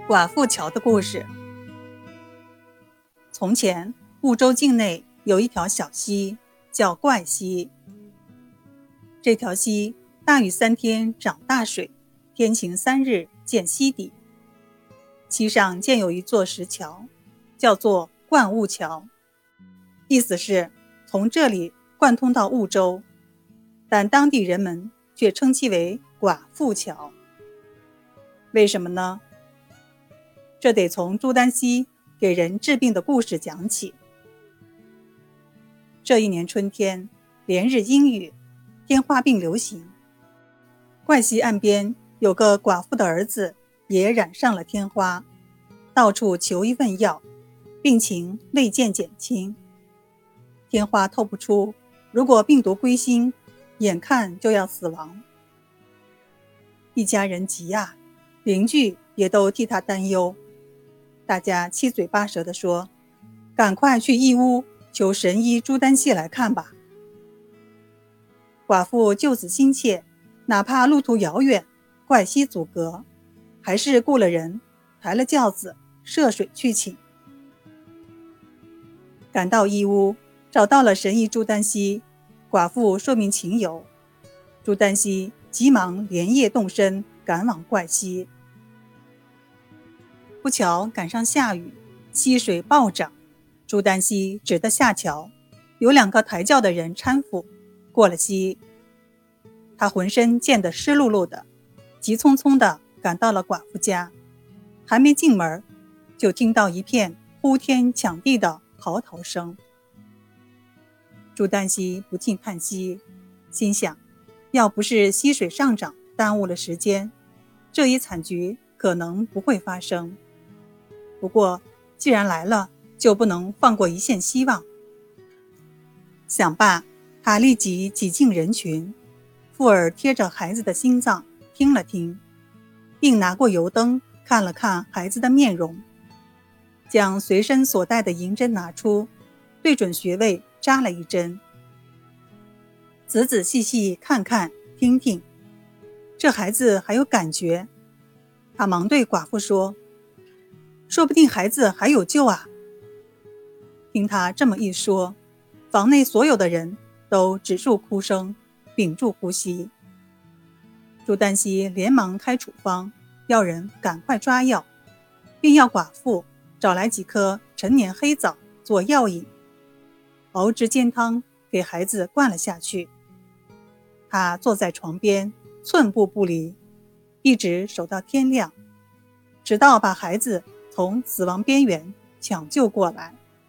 寡妇桥的故事。从前，婺州境内有一条小溪，叫怪溪。这条溪大雨3天涨大水，天晴3日见溪底。溪上建有一座石桥，叫做灌婺桥，意思是从这里贯通到婺州，但当地人们却称其为寡妇桥。为什么呢？这得从朱丹溪给人治病的故事讲起。这一年春天，连日阴雨，天花病流行。怪溪岸边有个寡妇的儿子也染上了天花，到处求医问药，病情未见减轻。天花透不出，如果病毒归心，眼看就要死亡。一家人急啊，邻居也都替他担忧。大家七嘴八舌地说，赶快去义乌求神医朱丹溪来看吧。寡妇救子心切，哪怕路途遥远，怪溪阻隔，还是雇了人抬了轿子涉水去请。赶到义乌，找到了神医朱丹溪，寡妇说明情由，朱丹溪急忙连夜动身赶往怪溪。不巧赶上下雨，溪水暴涨，朱丹溪只得下桥，有2个抬轿的人搀扶过了溪。他浑身溅得湿漉漉的，急匆匆地赶到了寡妇家，还没进门，就听到一片呼天抢地的嚎啕声。朱丹溪不禁叹息，心想，要不是溪水上涨耽误了时间，这一惨局可能不会发生。不过既然来了，就不能放过一线希望。想罢，他立即挤进人群，附耳贴着孩子的心脏听了听，并拿过油灯看了看孩子的面容，将随身所带的银针拿出，对准穴位扎了一针。仔仔细细看看听听，这孩子还有感觉。他忙对寡妇说，说不定孩子还有救啊。听他这么一说，房内所有的人都止住哭声，屏住呼吸。朱丹溪连忙开处方，要人赶快抓药，并要寡妇找来几颗陈年黑枣做药引，熬制煎汤给孩子灌了下去。他坐在床边寸步不离，一直守到天亮，直到把孩子从死亡边缘抢救过来。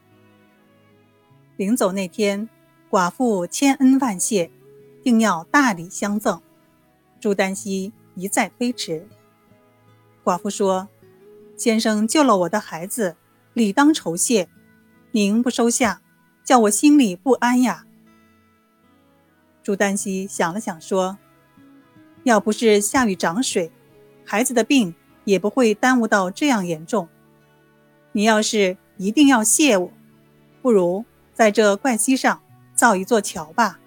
临走那天，寡妇千恩万谢，定要大礼相赠。朱丹溪一再推迟。寡妇说，先生救了我的孩子，理当酬谢，您不收下，叫我心里不安呀。朱丹溪想了想说，要不是下雨涨水，孩子的病也不会耽误到这样严重。你要是一定要谢我，不如在这怪溪上造一座桥吧。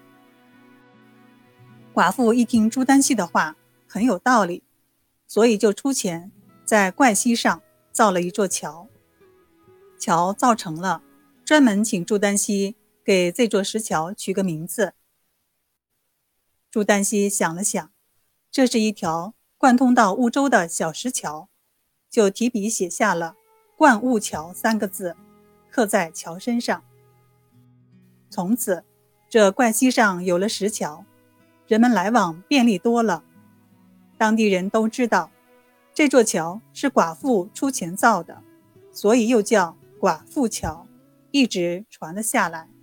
寡妇一听朱丹溪的话很有道理，所以就出钱在怪溪上造了一座桥。桥造成了，专门请朱丹溪给这座石桥取个名字。朱丹溪想了想，这是一条贯通到婺州的小石桥，就提笔写下了灌婺桥3个字，刻在桥身上。从此，这怪溪上有了石桥，人们来往便利多了。当地人都知道，这座桥是寡妇出钱造的，所以又叫寡妇桥，一直传了下来。